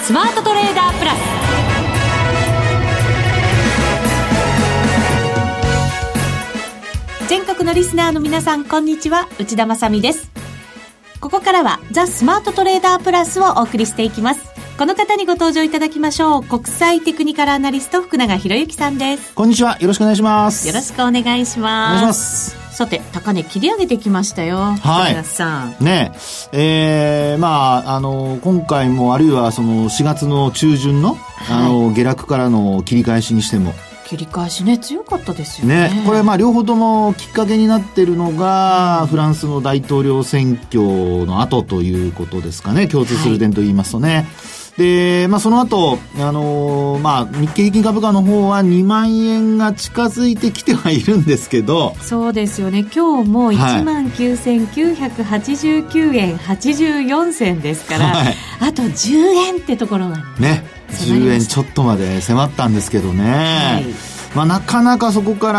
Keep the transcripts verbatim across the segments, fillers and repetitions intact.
スマートトレーダープラス。全国のリスナーの皆さん、こんにちは、内田まさみです。ここからはザ・スマートトレーダープラスをお送りしていきます。この方にご登場いただきましょう。国際テクニカルアナリスト福永博之さんです。 こんにちは、よろしくお願いします。 よろしくお願いします。 お願いします。 さて、高値切り上げてきましたよ、 はい、 福永さんねえー、まああの今回もあるいはそのしがつの中旬の、はい、あの下落からの切り返しにしても切り返しね、強かったですよね。 ね、これまあ両方ともきっかけになっているのが、うん、フランスの大統領選挙の後ということですかね。共通する点と言いますとね、はい、で、まあその後、あのー、まあ日経平均株価の方はにまんえんが近づいてきてはいるんですけど。 そうですよね。今日も いちまんきゅうせんきゅうひゃくはちじゅうきゅうえんはちじゅうよんせんですから、はい、あとじゅうえんってところまでね、じゅうえんちょっとまで迫ったんですけどね、はい、まあなかなかそこから、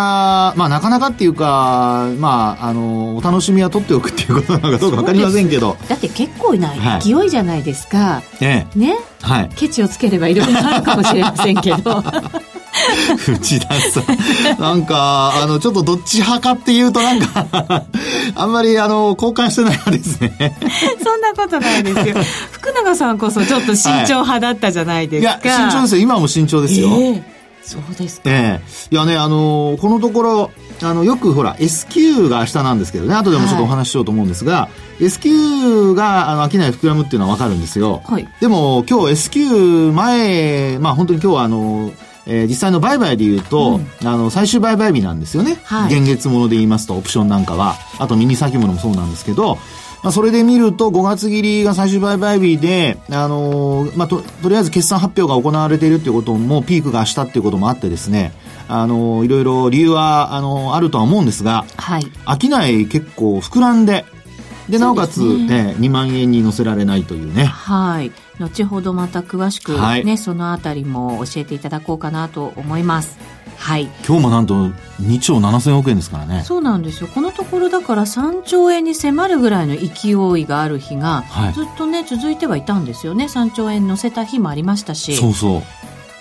まあなかなかっていうか、まああの、お楽しみは取っておくっていうことなのかどうかわかりませんけど。 だって結構な勢いじゃないですか。はい、ね。ね。はい。ケチをつければいろいろあるかもしれませんけど。 内田さん、なんか、あの、ちょっとどっち派かっていうとなんか、あんまりあの、交換してない派ですね。 そんなことないですよ。福永さんこそちょっと慎重派だったじゃないですか。はい、 いや、慎重ですよ。今も慎重ですよ。 えーそうですか。 ええー、いやね、あのー、このところ、あの、よくほら、S q が明日なんですけどね、後でもちょっとお話ししようと思うんですが、はい、S q が、あの、商い膨らむっていうのはわかるんですよ。はい。でも、今日 S q 前、まあ本当に今日はあの、えー、実際の売買で言うと、うん、あの、最終売買日なんですよね。はい。現月もので言いますと、オプションなんかは、あとミニ先物もそうなんですけど、まあ、それで見るとごがつ切りが最終売買日で、あのー、まあ、と、とりあえず決算発表が行われているっていうことも、ピークが明日っていうこともあってですね、あのー、いろいろ理由は、あのー、あるとは思うんですが、はい。商い結構膨らんで、で、なおかつ、ね、にまんえんに乗せられないというね。 はい。後ほどまた詳しくね、はい、そのあたりも教えていただこうかなと思います。はい。 今日もなんとにちょうななせんおくえんですからね。 そうなんですよ。このところだからさんちょうえんに迫るぐらいの勢いがある日が、はい、ずっとね続いてはいたんですよね。さんちょうえん乗せた日もありましたし。 そうそう。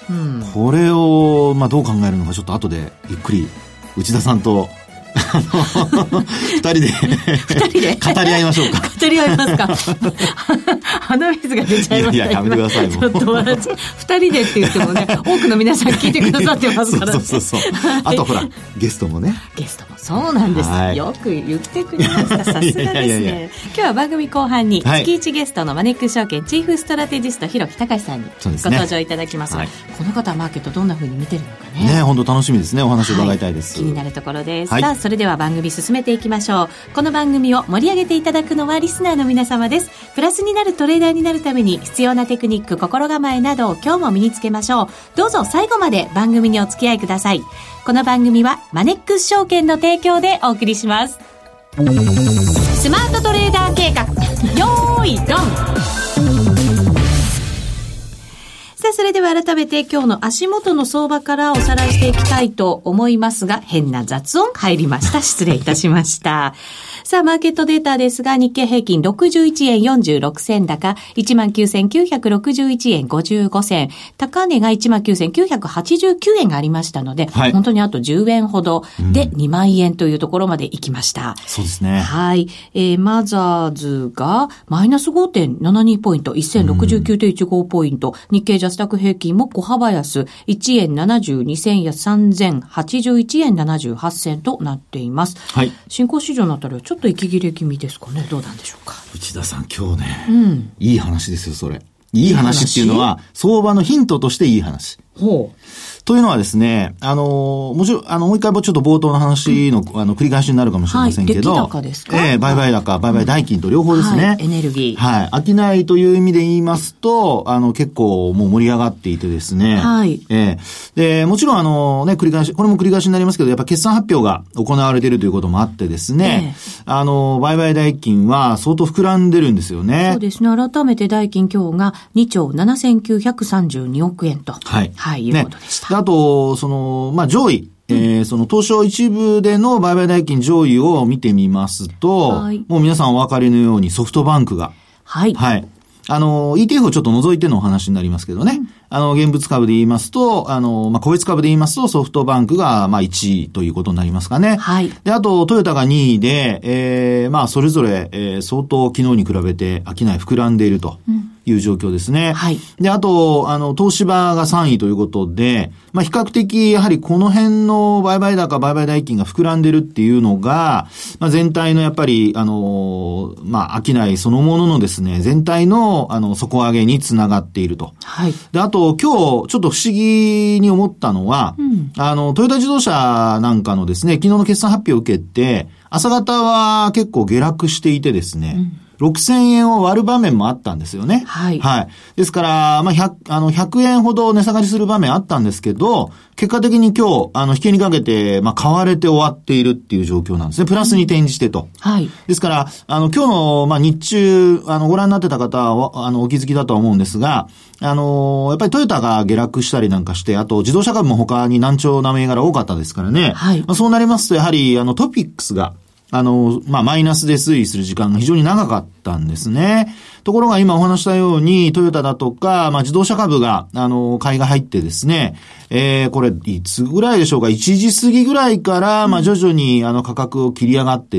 うん。これをまあどう考えるのかちょっと後でゆっくり内田さんとあの二人で二人で語り合いましょうか。 語り合いますか。鼻水が出ちゃいました。 いやいややめてください。もうちょっと笑っちゃう。二人でって言ってもね、多くの皆さん聞いてくださってますからね。 そうそうそうそう。あとほらゲストもね。 ゲストもそうなんです。よく言ってくれました。さすがですね。いやいやいやいや、今日は番組後半に月いちゲストのマネックス証券チーフストラテジスト広木隆さんにご登場いただきます。はい、この方はマーケットどんな風に見てるのかね。 ね、本当楽しみですね。お話を伺いたいです。 はい、気になるところです。はい、さあそれでは番組進めていきましょう。この番組を盛り上げていただくのはリスナーの皆様です。プラスになるトレーダーになるために必要なテクニック、心構えなどを今日も身につけましょう。どうぞ最後まで番組にお付き合いください。この番組はマネックス証券の提供でお送りします。スマートトレーダー計画、よーいドン。さあそれでは改めて今日の足元の相場からおさらいしていきたいと思いますが、変な雑音入りました。失礼いたしました。さあマーケットデータですが、日経平均ろくじゅういちえんよんじゅうろくせん高 いちまんきゅうせんきゅうひゃくろくじゅういちえんごじゅうごせん、高値が いちまんきゅうせんきゅうひゃくはちじゅうきゅうえんがありましたので、はい、本当にあとじゅうえんほどでにまんえんというところまで行きました。うん、 そうですね。 はい、えー、マザーズがマイナス ごてんななに ポイント、せんろくじゅうきゅうてんいちご ポイント、日経ジャスダック平均も小幅安いちえんななじゅうにせんやさんぜんはちじゅういちえんななじゅうはちせんとなっています。はい。新興市場のあたりはちょっと息切れ気味ですかね。どうなんでしょうか。 内田さん今日ね、うん、いい話ですよそれ。いい話っていうのは相場のヒントとしていい話。ほう。というのはですね、あの、もちろん、あの、もう一回ちょっと冒頭の話の、うん、あの、繰り返しになるかもしれませんけど。 はい、出来高ですか？ ええー、売買高、売買代金と両方ですね。うん、 はい、エネルギー。 はい。商いという意味で言いますと、あの、結構もう盛り上がっていてですね。はい。ええー、で、もちろんあの、ね、繰り返し、これも繰り返しになりますけど、やっぱ決算発表が行われているということもあってですね、えー、あの、売買代金は相当膨らんでるんですよね。 そうですね。改めて代金今日がにちょうななせんきゅうひゃくさんじゅうにおくえんと。はい。はい、いうことでした。 ね、あと、その、まあ、上位、えー、その東証一部での売買代金上位を見てみますと、はい、もう皆さんお分かりのようにソフトバンクが、はい。はい。 あの、イーティーエフ をちょっと除いてのお話になりますけどね。うん、あの、現物株で言いますと、あの、まあ、個別株で言いますと、ソフトバンクが、まあ、いちいということになりますかね。 はい。 で、あと、トヨタがにいで、えー、まあ、それぞれ、えー、相当昨日に比べて商い膨らんでいると。うんいう状況ですね。 はい。 で、あと、あの、東芝がさんいということで、まあ、比較的、やはりこの辺の売買高、売買代金が膨らんでるっていうのが、まあ、全体のやっぱり、あの、まあ、商いそのもののですね、全体の、あの、底上げにつながっていると。 はい。 で、あと、今日、ちょっと不思議に思ったのは、うん、あの、トヨタ自動車なんかのですね、昨日の決算発表を受けて、朝方は結構下落していてですね、うんろくせんえんを割る場面もあったんですよね。 はい。 はい。ですから、まあ、ひゃく、あの、ひゃくえんほど値下がりする場面あったんですけど、結果的に今日、あの、引けにかけて、まあ、買われて終わっているっていう状況なんですね。プラスに転じてと。 はい。 ですから、あの、今日の、まあ、日中、あの、ご覧になってた方は、あの、お気づきだとは思うんですが、あの、やっぱりトヨタが下落したりなんかして、あと、自動車株も他に難聴な銘柄多かったですからね。 はい。 まあ、そうなりますと、やはり、あの、トピックスが、あの、まあ、マイナスで推移する時間が非常に長かったんですね。ところが今お話したように、トヨタだとか、まあ、自動車株が、あの、買いが入ってですね、えー、これ、いつぐらいでしょうか、いちじ過ぎぐらいから、まあ、徐々に、あの、価格を切り上がっていって、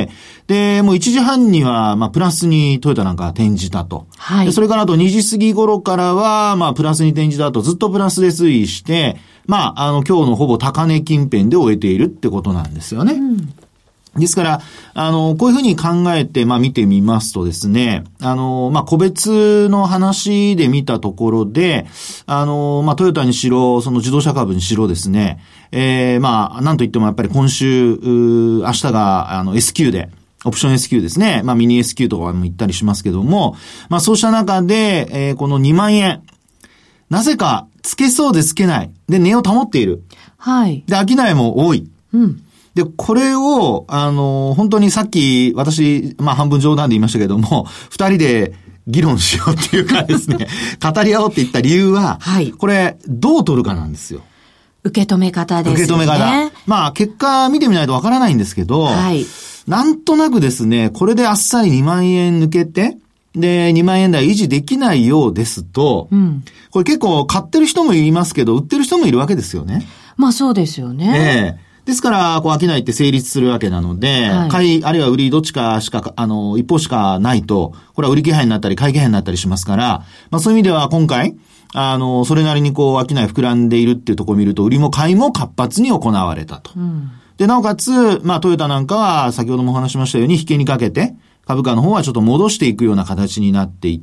で、もういちじはんには、まあ、プラスにトヨタなんか転じたと。 はい。 でそれからあとにじ過ぎ頃からは、まあ、プラスに転じたと、ずっとプラスで推移して、まあ、あの、今日のほぼ高値近辺で終えているってことなんですよね。うんですから、あの、こういうふうに考えて、まあ見てみますとですね、あの、まあ個別の話で見たところで、あの、まあトヨタにしろ、その自動車株にしろですね、えー、まあ、なんといってもやっぱり今週、明日が、あの、エスキュー で、オプション エスキュー ですね。まあミニ エスキュー とかも言ったりしますけども、まあそうした中で、えー、このにまんえん、なぜか、つけそうでつけない。で、値を保っている。 はい。 で、商いも多い。 うん。 で、これを、あの、本当にさっき、私、まあ半分冗談で言いましたけども、二人で議論しようっていうかですね、語り合おうって言った理由は、 はい。 これ、どう取るかなんですよ。 受け止め方ですね。 受け止め方。まあ、結果見てみないとわからないんですけど、 はい。 なんとなくですね、これであっさりにまんえん抜けて、で、にまんえん台維持できないようですと、 うん。 これ結構買ってる人もいますけど、売ってる人もいるわけですよね。 まあそうですよね。 ええですから、こう、商いって成立するわけなので、はい、買い、あるいは売り、どっちかしか、あの、一方しかないと、これは売り気配になったり、買い気配になったりしますから、まあそういう意味では今回、あの、それなりにこう、商い膨らんでいるっていうところを見ると、売りも買いも活発に行われたと。 うん、 で、なおかつ、まあトヨタなんかは、先ほどもお話しましたように、引けにかけて、株価の方はちょっと戻していくような形になっていって、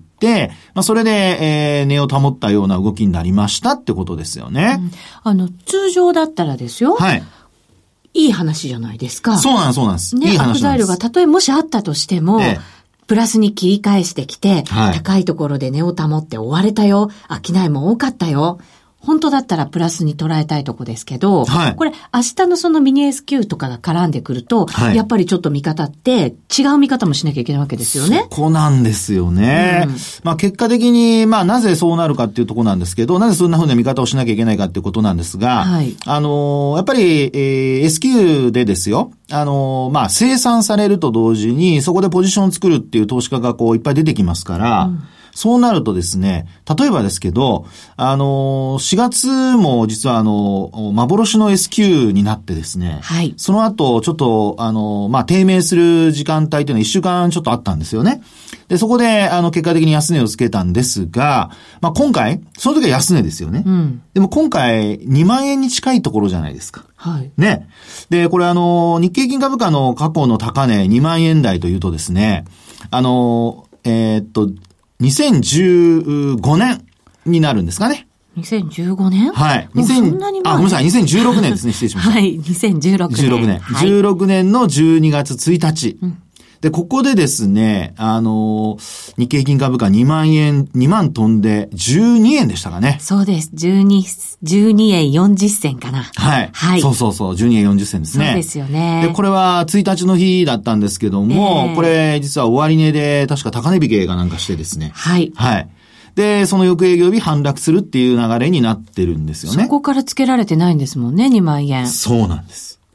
まあそれで、えー、値を保ったような動きになりましたってことですよね。 うん、あの、通常だったらですよ。 はい。 いい話じゃないですか。 そうなんです、そうなんです。 ね、 いい話なんです。 悪材料がたとえもしあったとしても、ええ、プラスに切り返してきて、はい、高いところで値を保って終われたよ。商いも多かったよ。本当だったらプラスに捉えたいとこですけど、はい、これ明日のそのミニ エスキュー とかが絡んでくると、はい、やっぱりちょっと見方って違う見方もしなきゃいけないわけですよね。 そこなんですよね。うん、まあ結果的に、まあなぜそうなるかっていうところなんですけど、なぜそんな風な見方をしなきゃいけないかっていうことなんですが、はい、あのー、やっぱり、えー、エスキュー でですよ、あのー、まあ生産されると同時に、そこでポジションを作るっていう投資家がこういっぱい出てきますから、うんそうなるとですね、例えばですけど、あの、しがつも実はあの、幻の エスキュー になってですね、 はい。 その後、ちょっと、あの、まあ、低迷する時間帯というのはいっしゅうかんちょっとあったんですよね。で、そこで、あの、結果的に安値をつけたんですが、まあ、今回、その時は安値ですよね。 うん。 でも今回、にまんえんに近いところじゃないですか。 はい。 ね。で、これあの、日経平均株価の過去の高値にまんえん台というとですね、あの、えー、っと、にせんじゅうごねんになるんですかね。 にせんじゅうごねんはい。 もうそんなに前。 あ、ごめんなさい。にせんじゅうろくねんですね。失礼しました。 はい。にせんじゅうろくねん。 じゅうろくねん。はい、じゅうろくねんのじゅうにがつついたち。うん、で、ここでですね、あのー、日経平均株価にまんえん、にまん飛んでじゅうにえんでしたかね。 そうです。じゅうに、じゅうにえんよんじゅっせんかな。 はい。 はい。 そうそうそう。じゅうにえんよんじゅっせんですね。 そうですよね。 で、これはついたちの日だったんですけども、えー、これ実は終値で確か高値引けがなんかしてですね。 はい。 はい。で、その翌営業日反落するっていう流れになってるんですよね。 そこからつけられてないんですもんね、にまんえん。 そうなんです。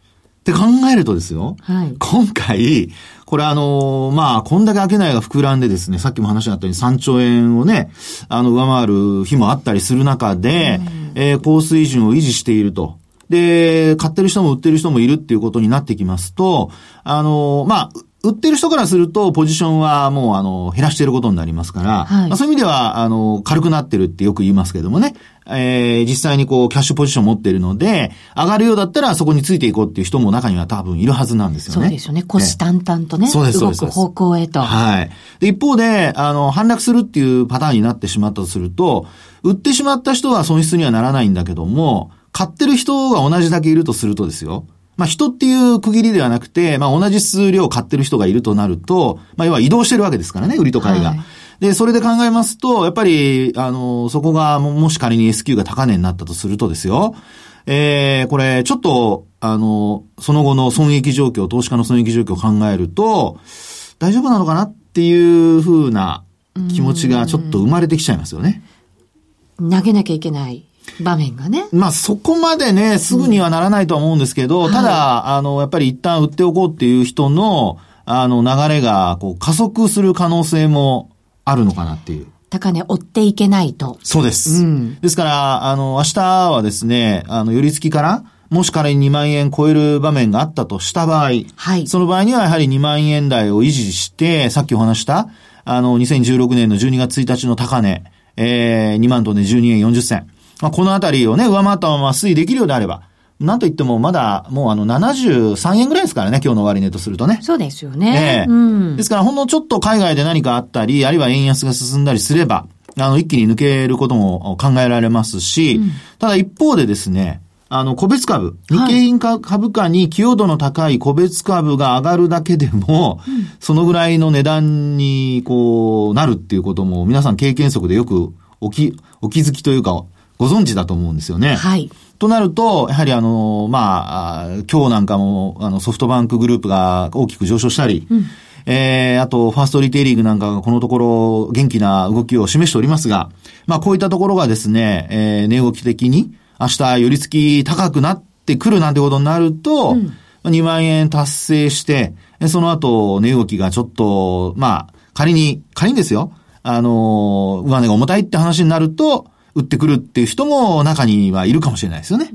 って考えるとですよ。 はい。 今回、これあのー、まあ、こんだけ商いが膨らんでですね、さっきも話があったようにさんちょうえんをね、あの、上回る日もあったりする中で、えー、高水準を維持していると。で、買ってる人も売ってる人もいるっていうことになってきますと、あのー、まあ、売ってる人からすると、ポジションはもう、あの、減らしていることになりますから、はい、まあ、そういう意味では、あの、軽くなってるってよく言いますけれどもね、えー、実際にこう、キャッシュポジション持っているので、上がるようだったらそこについていこうっていう人も中には多分いるはずなんですよね。 そうですよね。虎視眈々とね、そうです、そうです。動く方向へと。 はい。で、一方で、あの、反落するっていうパターンになってしまったとすると、売ってしまった人は損失にはならないんだけども、買ってる人が同じだけいるとするとですよ、まあ人っていう区切りではなくて、まあ同じ数量買ってる人がいるとなると、まあ要は移動してるわけですからね、売りと買いが。はい、で、それで考えますと、やっぱり、あの、そこが、もし仮に エスキュー が高値になったとするとですよ、えー、これ、ちょっと、あの、その後の損益状況、投資家の損益状況を考えると、大丈夫なのかなっていう風な気持ちがちょっと生まれてきちゃいますよね。 投げなきゃいけない。場面がね。 まあそこまでね、すぐにはならないとは思うんですけど、うん、ただ、はい、あの、やっぱり一旦売っておこうっていう人の、あの、流れが、こう、加速する可能性もあるのかなっていう。 高値追っていけないと。 そうです。うん、ですから、あの、明日はですね、あの、寄り付きから、もし仮ににまんえん超える場面があったとした場合、はい、その場合にはやはりにまんえん台を維持して、さっきお話した、あの、にせんじゅうろくねんのじゅうにがつついたちの高値、えー、にまんとねじゅうにえんよんじゅっせん。まあ、このあたりをね、上回ったまま推移できるようであれば、なんといってもまだもうあのななじゅうさんえんぐらいですからね、今日の終値とするとね。 そうですよね。 ええうん、ですからほんのちょっと海外で何かあったり、あるいは円安が進んだりすれば、あの一気に抜けることも考えられますし、うん、ただ一方でですね、あの個別株、日経平均株価に寄与度の高い個別株が上がるだけでも、うん、そのぐらいの値段にこうなるっていうことも皆さん経験則でよくおき、お気づきというか、ご存知だと思うんですよね。 はい。 となると、やはりあの、まあ、今日なんかも、あの、ソフトバンクグループが大きく上昇したり、うん、えー、あと、ファーストリテイリングなんかがこのところ元気な動きを示しておりますが、まあ、こういったところがですね、えー、値動き的に、明日、寄り付き高くなってくるなんてことになると、うん、にまんえん達成して、その後、値動きがちょっと、まあ、仮に、仮にですよ、あの、上値が重たいって話になると、売ってくるっていう人も中にはいるかもしれないですよね。 うん。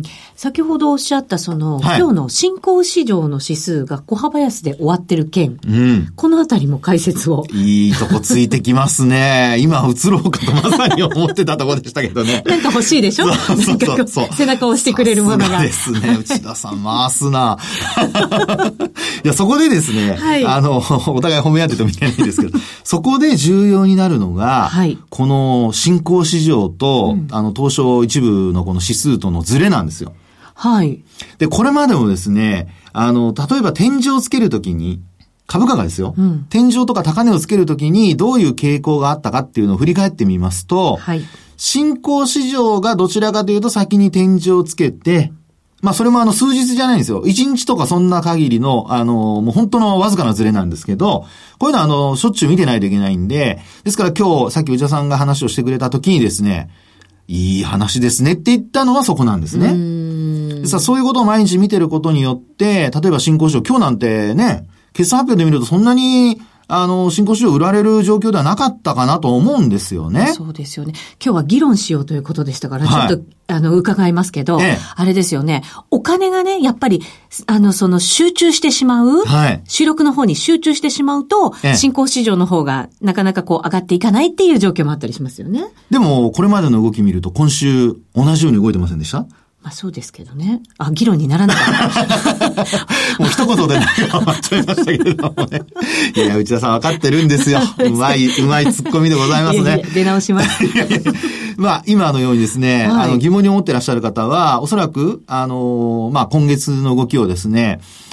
先ほどおっしゃったその、はい、今日の新興市場の指数が小幅安で終わってる件。うん。このあたりも解説を。 いいとこついてきますね。今移ろうかとまさに思ってたところでしたけどね。 なんか欲しいでしょ？そうそうそうそう。背中を押してくれるものが。 そうですね。内田さん回すな。いや、そこでですね、はい、あの、お互い褒め合っててもいけないんですけど、そこで重要になるのが、はい、この新興市場と、うん、あの、東証一部のこの指数とのズレなんですよ。 はい。 で、これまでもですね、あの、例えば天井をつけるときに、株価がですよ、うん、天井とか高値をつけるときにどういう傾向があったかっていうのを振り返ってみますと、はい、新興市場がどちらかというと先に天井をつけて、まあそれもあの数日じゃないんですよ。一日とかそんな限りの、あの、もう本当のわずかなズレなんですけど、こういうのはあの、しょっちゅう見てないといけないんで、ですから今日、さっき内田さんが話をしてくれた時にですね、いい話ですねって言ったのはそこなんですね。うーんですからそういうことを毎日見てることによって、例えば新興市場、今日なんてね、決算発表で見るとそんなに、あの、新興市場売られる状況ではなかったかなと思うんですよね。 そうですよね。今日は議論しようということでしたから、はい、ちょっと、あの、伺いますけど、ええ、あれですよね。お金がね、やっぱり、あの、その、集中してしまう、はい、主力の方に集中してしまうと、ええ、新興市場の方が、なかなかこう、上がっていかないっていう状況もあったりしますよね。 でも、これまでの動き見ると、今週、同じように動いてませんでした？ まあそうですけどね。あ、議論にならなかった。 もう一言で終わっちゃいましたけれどもね。いやいや、内田さん分かってるんですよ。うまい、うまいツッコミでございますね。いやいや出直します。いやいやまあ今のようにですね、はい、あの疑問に思ってらっしゃる方は、おそらく、あの、まあ今月の動きをですね、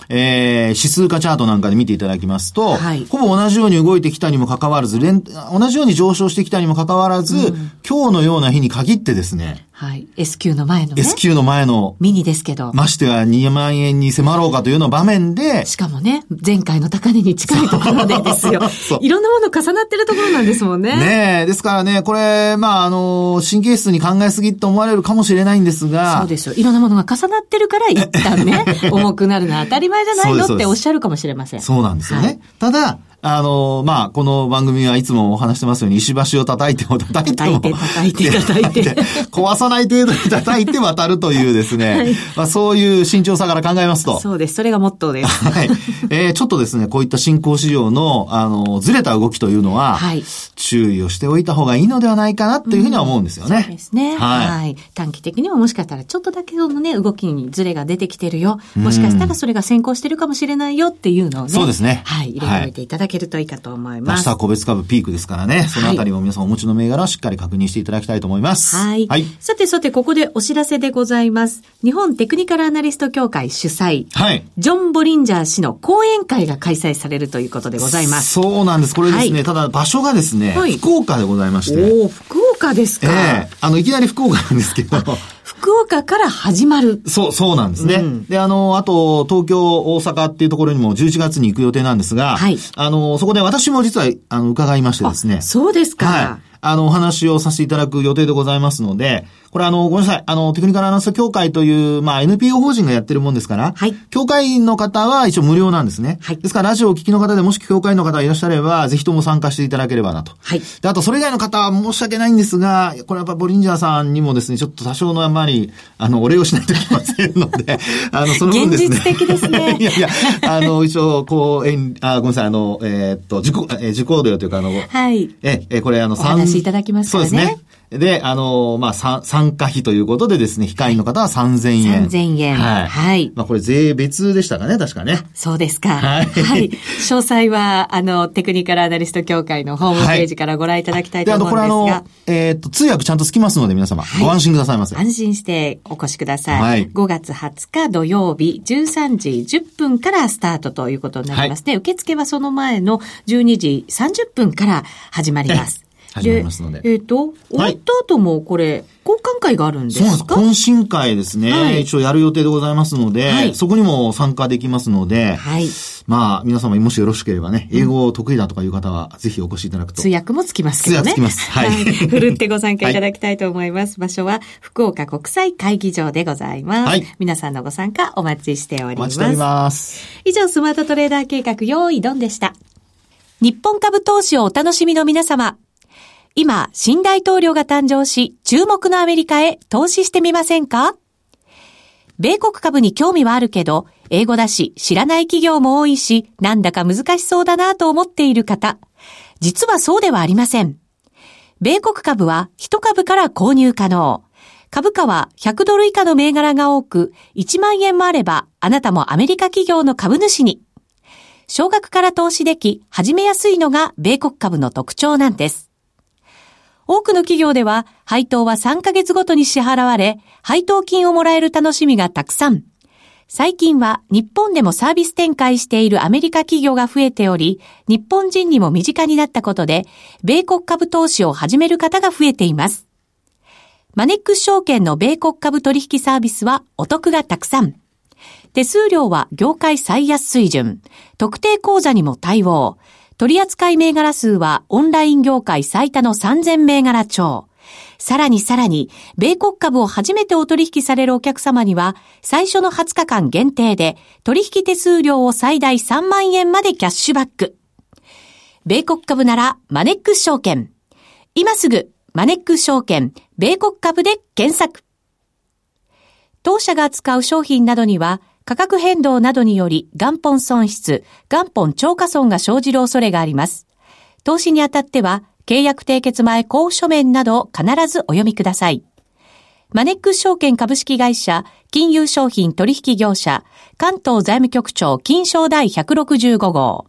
えー、指数化チャートなんかで見ていただきますと、はい、ほぼ同じように動いてきたにもかかわらず、連同じように上昇してきたにもかかわらず、うん、今日のような日に限ってですね、 はい。S q の前のね。 S q の前の。 ミニですけど。 ましてはにまん円に迫ろうかというような場面で。 しかもね、前回の高値に近いところでですよ。そういろんなもの重なってるところなんですもんね。 ねえ。ですからね、これ、まあ、あの、神経質に考えすぎと思われるかもしれないんですが。 そうですよ。いろんなものが重なってるから一旦ね、重くなるのは当たり前じゃないのっておっしゃるかもしれません。 そうなんですよね。はい、ただ、あの、まあ、この番組はいつもお話してますように、石橋を叩いても叩いても。 叩いて、叩いて、叩いて。 壊さない程度に叩いて渡るというですね、はい、まあ、そういう慎重さから考えますと。 そうです。それがモットーです。 はい。えー、ちょっとですね、こういった新興市場の、あの、ずれた動きというのは、はい、注意をしておいた方がいいのではないかなというふうには思うんですよね。うん、 そうですね。はい。はい。短期的にはもしかしたらちょっとだけそのね、動きにずれが出てきてるよ。もしかしたらそれが先行してるかもしれないよっていうのをね。 そうですね。 はい。入れておいていただけるといいかと思います。 明日は個別株ピークですからね、そのあたりも皆さんお持ちの銘柄をしっかり確認していただきたいと思います。 はい。はい、さてさて、ここでお知らせでございます。日本テクニカルアナリスト協会主催、はい、ジョン・ボリンジャー氏の講演会が開催されるということでございます。 そうなんです。これですね、はい、ただ場所がですね、はい、福岡でございまして。 おー、福岡ですか。 ええー、あの、いきなり福岡なんですけど。 福岡から始まる。 そう、そうなんですね。うん、で、あの、あと、東京、大阪っていうところにもじゅういちがつに行く予定なんですが、はい。あの、そこで私も実は、あの、伺いましてですね。 そうですか。 はい。あの、お話をさせていただく予定でございますので、これあの、ごめんなさい。あの、テクニカルアナウンス協会という、まあ、エヌピーオー 法人がやってるもんですから、はい。協会員の方は一応無料なんですね。はい。ですから、ラジオをお聞きの方でもし協会員の方がいらっしゃれば、ぜひとも参加していただければなと。はい。で、あと、それ以外の方は申し訳ないんですが、これやっぱボリンジャーさんにもですね、ちょっと多少のあまり、あの、お礼をしないといけませんので、あの、その分ですね。 現実的ですね。 いやいや、あの、一応、こう、えん、あ、ごめんなさい、あの、えー、っと、自己、えー、自己料というか、あの、はい。え、え、これあの、 お話いただきますからね。 そうですね。で、あの、まあ、参加費ということでですね、控え員の方はさんぜんえん。 さんぜんえん。はい。はい。 まあ、これ税別でしたかね、確かね。 そうですか。はい。はい。詳細は、あの、テクニカルアナリスト協会のホームページからご覧いただきたいと思うんですが。はい、で、あの、これあの、えー、っと、通訳ちゃんとつきますので、皆様、はい、ご安心くださいませ。 安心してお越しください。はい。ごがつはつか土曜日、じゅうさんじじゅっぷんからスタートということになりますね。はい、受付はその前のじゅうにじさんじゅっぷんから始まります。 始まりますので。 えっ、ー、と、終わった後もこれ、交換会があるんですか？そうなんです。懇親会ですね、はい。一応やる予定でございますので、はい、そこにも参加できますので、はい、まあ、皆様もしよろしければね、英語得意だとかいう方は、ぜひお越しいただくと。 通訳もつきますけどね。 通訳つきます。はい。はい、 ふるってご参加いただきたいと思います。はい、場所は、福岡国際会議場でございます。はい。皆さんのご参加お待ちしております。 お待ちしております。 以上、スマートトレーダー計画、用意ドンでした。日本株投資をお楽しみの皆様。今、新大統領が誕生し、注目のアメリカへ投資してみませんか？米国株に興味はあるけど、英語だし、知らない企業も多いし、なんだか難しそうだなと思っている方。実はそうではありません。米国株はひとかぶから購入可能。株価はひゃくドル以下の銘柄が多く、いちまんえんもあれば、あなたもアメリカ企業の株主に。少額から投資でき、始めやすいのが米国株の特徴なんです。多くの企業では配当はさんかげつごとに支払われ、配当金をもらえる楽しみがたくさん。最近は日本でもサービス展開しているアメリカ企業が増えており、日本人にも身近になったことで、米国株投資を始める方が増えています。マネックス証券の米国株取引サービスはお得がたくさん。手数料は業界最安水準。特定口座にも対応。取扱銘柄数はオンライン業界最多のさんぜんめいがら超。さらにさらに、米国株を初めてお取引されるお客様には、最初のはつかかん限定で、取引手数料を最大さんまんえんまでキャッシュバック。米国株なら、マネックス証券。今すぐ、マネックス証券、米国株で検索。当社が扱う商品などには、価格変動などにより元本損失、元本超過損が生じる恐れがあります。投資にあたっては、契約締結前交付書面などを必ずお読みください。マネックス証券株式会社、金融商品取引業者、関東財務局長金商第ひゃくろくじゅうご号。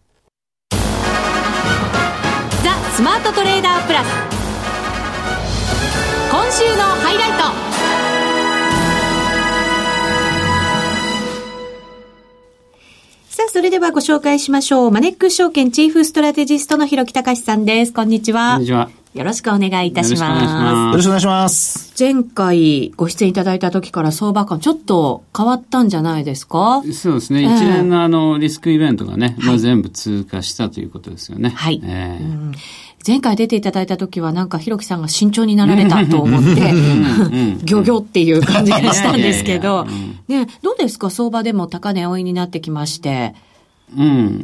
ザ・スマートトレーダープラス。今週のハイライト。 あ、それではご紹介しましょう。マネックス証券チーフストラテジストの広木隆さんです。こんにちは。 こんにちは。 よろしくお願いいたします。 よろしくお願いします。 前回ご出演いただいた時から相場感ちょっと変わったんじゃないですか？ そうですね。えー、一連のあのリスクイベントがね、はい、まあ、全部通過したということですよね。 はい。 えーうん、 前回出ていただいた時はなんか広木さんが慎重になられたと思って、ギョギョっていう感じがしたんですけど、ね、どうですか？相場でも高値追いになってきまして。 うん。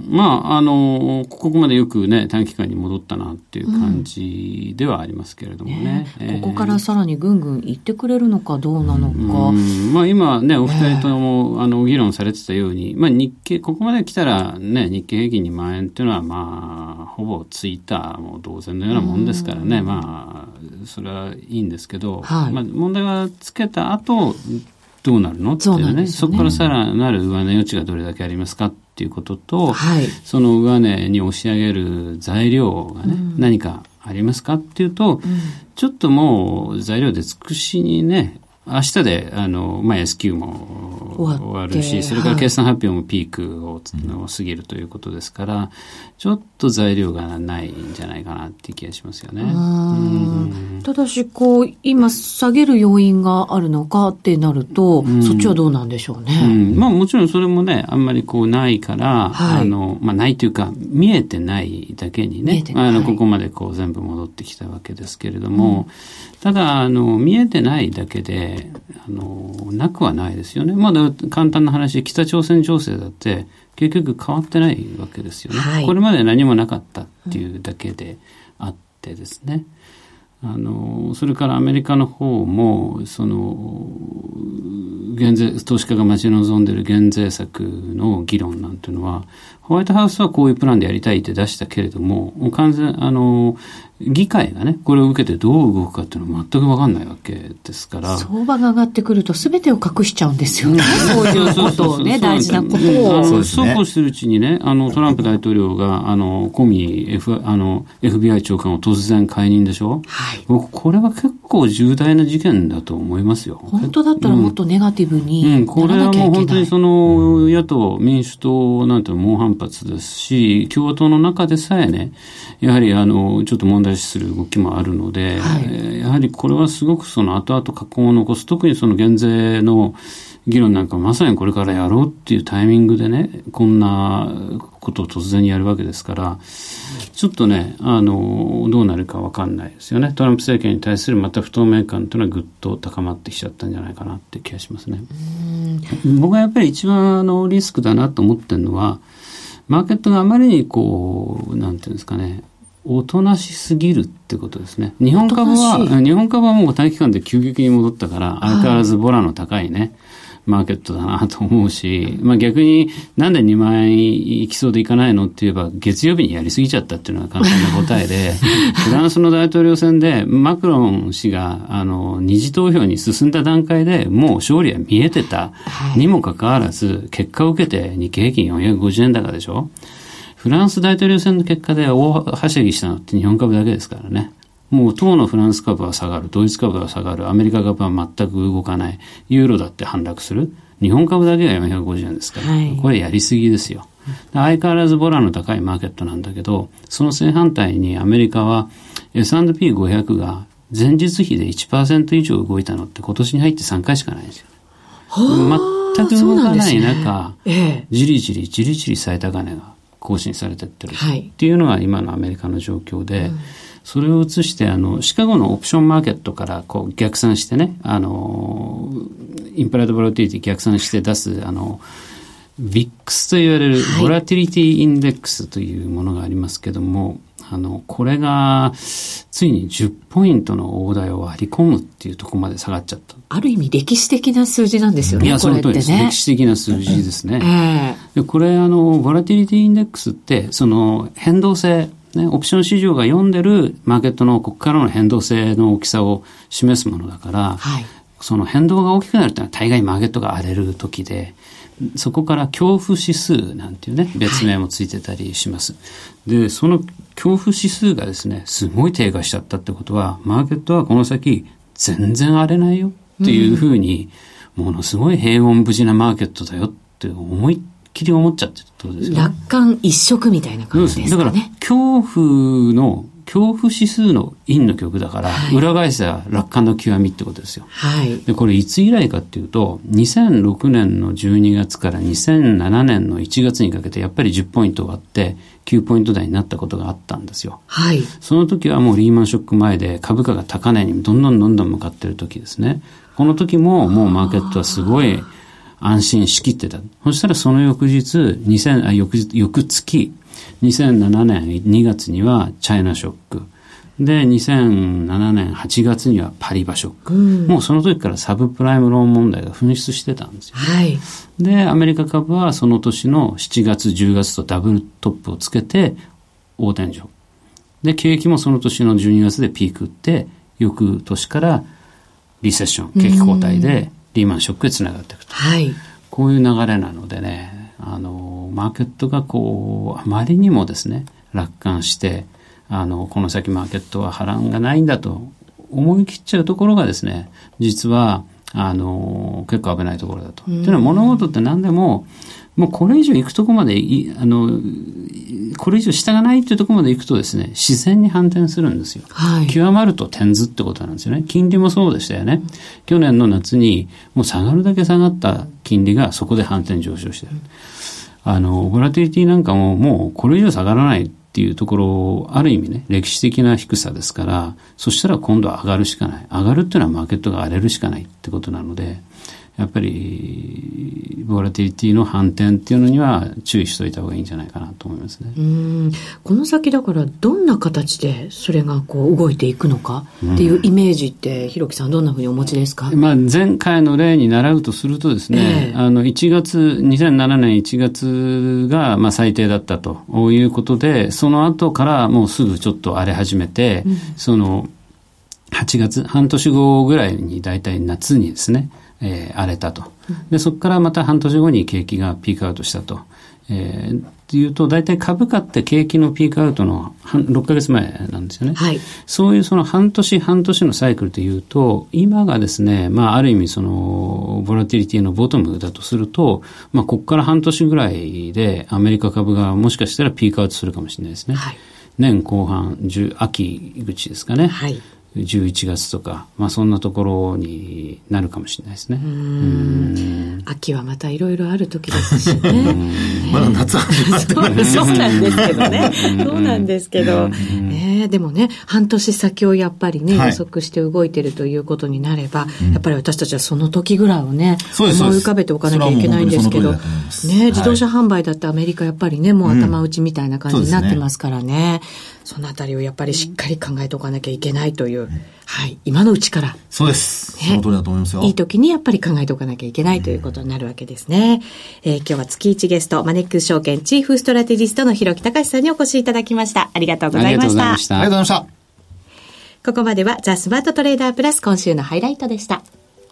まあ、あの、ここまでよくね、短期間に戻ったなっていう感じではありますけれどもね。うんねえー、ここからさらにぐんぐんいってくれるのかどうなのか。 うん、まあ今ね、お二人とも、えー、あの、議論されてたように、まあ日経、ここまで来たらね、日経平均にまん円っていうのはまあ、ほぼついたもう同然のようなもんですからね。まあ、それはいいんですけど、はい、まあ問題はつけた後、どうなるのっていうね。そうね。そこからさらなる上値余地がどれだけありますかっていうことと、はい、その上値に押し上げる材料がね、うん、何かありますかっていうと、うん、ちょっともう材料で尽くしにね、明日で、あの、まあ、エスキュー も終わるし、それから決算発表もピークを、はい、過ぎるということですから、ちょっと材料がないんじゃないかなっていう気がしますよね。 うんただし、こう、今下げる要因があるのかってなると、うん、そっちはどうなんでしょうね。 うん、まあ、もちろんそれもね、あんまりこうないから、はい、あの、まあ、ないというか、見えてないだけにね、あの、ここまでこう全部戻ってきたわけですけれども、うん、ただ、あの、見えてないだけで、あのなくはないですよね。まだ簡単な話、北朝鮮情勢だって結局変わってないわけですよね。はい、これまで何もなかったっていうだけであってですね。あのそれからアメリカの方もその減税投資家が待ち望んでいる減税策の議論なんていうのはホワイトハウスはこういうプランでやりたいって出したけれども完全あの議会がねこれを受けてどう動くかっていうのは全く分かんないわけですから相場が上がってくると全てを隠しちゃうんですよねそういうことをね大事なことを、 うん、そうこうしてるうちにねあのトランプ大統領があのコミ F, あの エフビーアイ 長官を突然解任でしょ、はい、僕これは結構重大な事件だと思いますよ。 本当だったらもっとネガティブにならなきゃいけない、うんうん、これはもう本当にその野党民主党なんていうの猛反発ですし共和党の中でさえねやはりあのちょっと問題視する動きもあるので、はいえー、やはりこれはすごくその後々禍根を残す特にその減税の議論なんかまさにこれからやろうっていうタイミングでねこんなことを突然やるわけですからちょっとねあのどうなるか分かんないですよね。トランプ政権に対するまた不透明感というのはぐっと高まってきちゃったんじゃないかなって気がしますね。うん僕はやっぱり一番あのリスクだなと思ってるのはマーケットがあまりにこうなんていうんですかねおとなしすぎるってことですね。日本株は日本株はもう短期間で急激に戻ったから相変わらずボラの高いね、はいマーケットだなと思うし、まあ逆になんでにまん円いきそうでいかないのって言えば月曜日にやりすぎちゃったっていうのが簡単な答えで、フランスの大統領選でマクロン氏があの二次投票に進んだ段階でもう勝利は見えてたにもかかわらず結果を受けて日経平均よんひゃくごじゅうえん高でしょ。フランス大統領選の結果で大はしゃぎしたのって日本株だけですからね。もう当のフランス株は下がる、ドイツ株は下がる、アメリカ株は全く動かない、ユーロだって反落する、日本株だけがよんひゃくごじゅうえんですから、はい、これやりすぎですよ。相変わらずボラの高いマーケットなんだけど、その正反対にアメリカは エスアンドピーごひゃく が前日比で いちパーセント 以上動いたのって今年に入ってさんかいしかないんですよ。全く動かない中、ねええ、じりじりじりじり最高値が更新されてってるっていうのが今のアメリカの状況で、うんそれを移してあのシカゴのオプションマーケットからこう逆算してねあのインプライドボラティリティ逆算して出すあのビックス と言われるボラティリティインデックスというものがありますけども、あのこれがついにじゅっポイントの大台を割り込むっていうところまで下がっちゃった。 ある意味歴史的な数字なんですよね。 いやその通りです、ね、歴史的な数字ですね、えー、でこれあのボラティリティインデックスってその変動性ね、オプション市場が読んでるマーケットのここからの変動性の大きさを示すものだから、はい、その変動が大きくなるというのは大概マーケットが荒れる時でそこから恐怖指数なんていうね別名もついてたりします、はい、でその恐怖指数がですねすごい低下しちゃったってことはマーケットはこの先全然荒れないよっていうふうに、うん、ものすごい平穏無事なマーケットだよって思いきり思っちゃってるってことですよね。 楽観一色みたいな感じですかね。 だから恐怖の恐怖指数の陰の極だから、はい、裏返せば楽観の極みってことですよ。 はい。 で、これいつ以来かっていうと、にせんろくねんのじゅうにがつからにせんななねんのいちがつにかけてやっぱりじゅっポイント割ってきゅうポイント台になったことがあったんですよ。 はい。その時はもうリーマンショック前で株価が高値にどんどんどんどん向かってる時ですね。この時ももうマーケットはすごい安心しきってた。そしたらその翌日、にせんあ翌日翌月にせんななねんにがつにはチャイナショックでにせんななねんはちがつにはパリバショック、うん、もうその時からサブプライムローン問題が噴出してたんですよ、 はい、 でアメリカ株はその年のしちがつじゅうがつとダブルトップをつけて大天井で、景気もその年のじゅうにがつでピーク打って翌年からリセッション景気後退でリーマンショックへつながっていくと、 はい、 こういう流れなのでね、あのマーケットがこうあまりにもですね楽観してあのこの先マーケットは波乱がないんだと思い切っちゃうところがですね、実はあの結構危ないところだと。というのは物事って何でももうこれ以上行くところまでいあのこれ以上下がないというところまで行くとですね、自然に反転するんですよ、はい、極まると転ずってことなんですよね。金利もそうでしたよね。去年の夏にもう下がるだけ下がった金利がそこで反転上昇してる。あのボラティリティなんかももうこれ以上下がらないっていうところ、ある意味ね歴史的な低さですから、そしたら今度は上がるしかない。上がるっていうのはマーケットが荒れるしかないってことなので、やっぱりボラティリティの反転っていうのには注意しといた方がいいんじゃないかなと思いますね。 うーん、この先だからどんな形でそれがこう動いていくのかっていうイメージって、うん、ひろきさんどんなふうにお持ちですか？ まあ、前回の例に習うとするとですね、えー、あのいちがつにせんななねんいちがつがまあ最低だったということで、その後からもうすぐちょっと荒れ始めて、うん、そのはちがつ半年後ぐらいにだいたい夏にですねえー、荒れたと。で、そこからまた半年後に景気がピークアウトしたと。えー、っていうと、大体株価って景気のピークアウトのろっかげつまえなんですよね。 はい。 そういうその半年半年のサイクルというと、今がですね、まあある意味その、ボラティリティのボトムだとすると、まあここから半年ぐらいでアメリカ株がもしかしたらピークアウトするかもしれないですね。はい。年後半、秋口ですかね。はい。じゅういちがつとか、まあそんなところになるかもしれないですね。うーん、秋はまたいろいろある時ですしね。 まだ夏はそうなんですけどね。そうなんですけど、ね、でもね、半年先をやっぱりね、予測して動いてるということになれば、はい、やっぱり私たちはその時ぐらいをね、思い浮かべておかなきゃいけないんですけど、ね、自動車販売だってアメリカやっぱりね、もう頭打ちみたいな感じになってますからね。うん、そのあたりをやっぱりしっかり考えておかなきゃいけないという、うん、はい、今のうちから。 そうです。ね、その通りだと思いますよ。 いい時にやっぱり考えておかなきゃいけないということになるわけですね。うん、えー、今日は月いちゲスト、マネックス証券チーフストラテジストの広木隆さんにお越しいただきました。ありがとうございました。ありがとうございました。 ありがとうございました。 ここまではザ・スマートトレーダープラス今週のハイライトでした。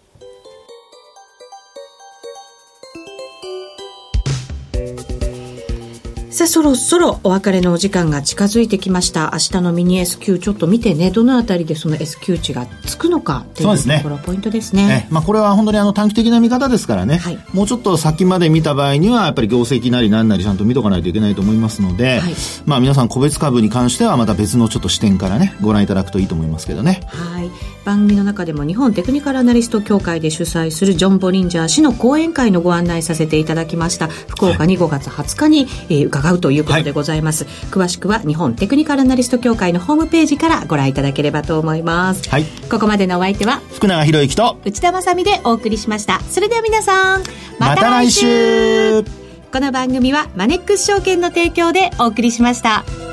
さあそろそろお別れのお時間が近づいてきました。明日のミニ エスキュー ちょっと見てね、どのあたりでその エスキュー 値がつくのかっていうところポイントですね。 ね、まあ、これは本当にあの短期的な見方ですからね、はい、もうちょっと先まで見た場合にはやっぱり業績なり何なりちゃんと見とかないといけないと思いますので、はい、まあ、皆さん個別株に関してはまた別のちょっと視点からねご覧いただくといいと思いますけどね。 はい、番組の中でも日本テクニカルアナリスト協会で主催するジョン・ボリンジャー氏の講演会のご案内させていただきました。福岡にごがつはつかに、えー、伺うということでございます。はい、ございます。詳しくは日本テクニカルアナリスト協会のホームページからご覧いただければと思います。はい、ここまでのお相手は福永博之と内田まさみでお送りしました。それでは皆さんまた来週。 この番組はマネックス証券の提供でお送りしました。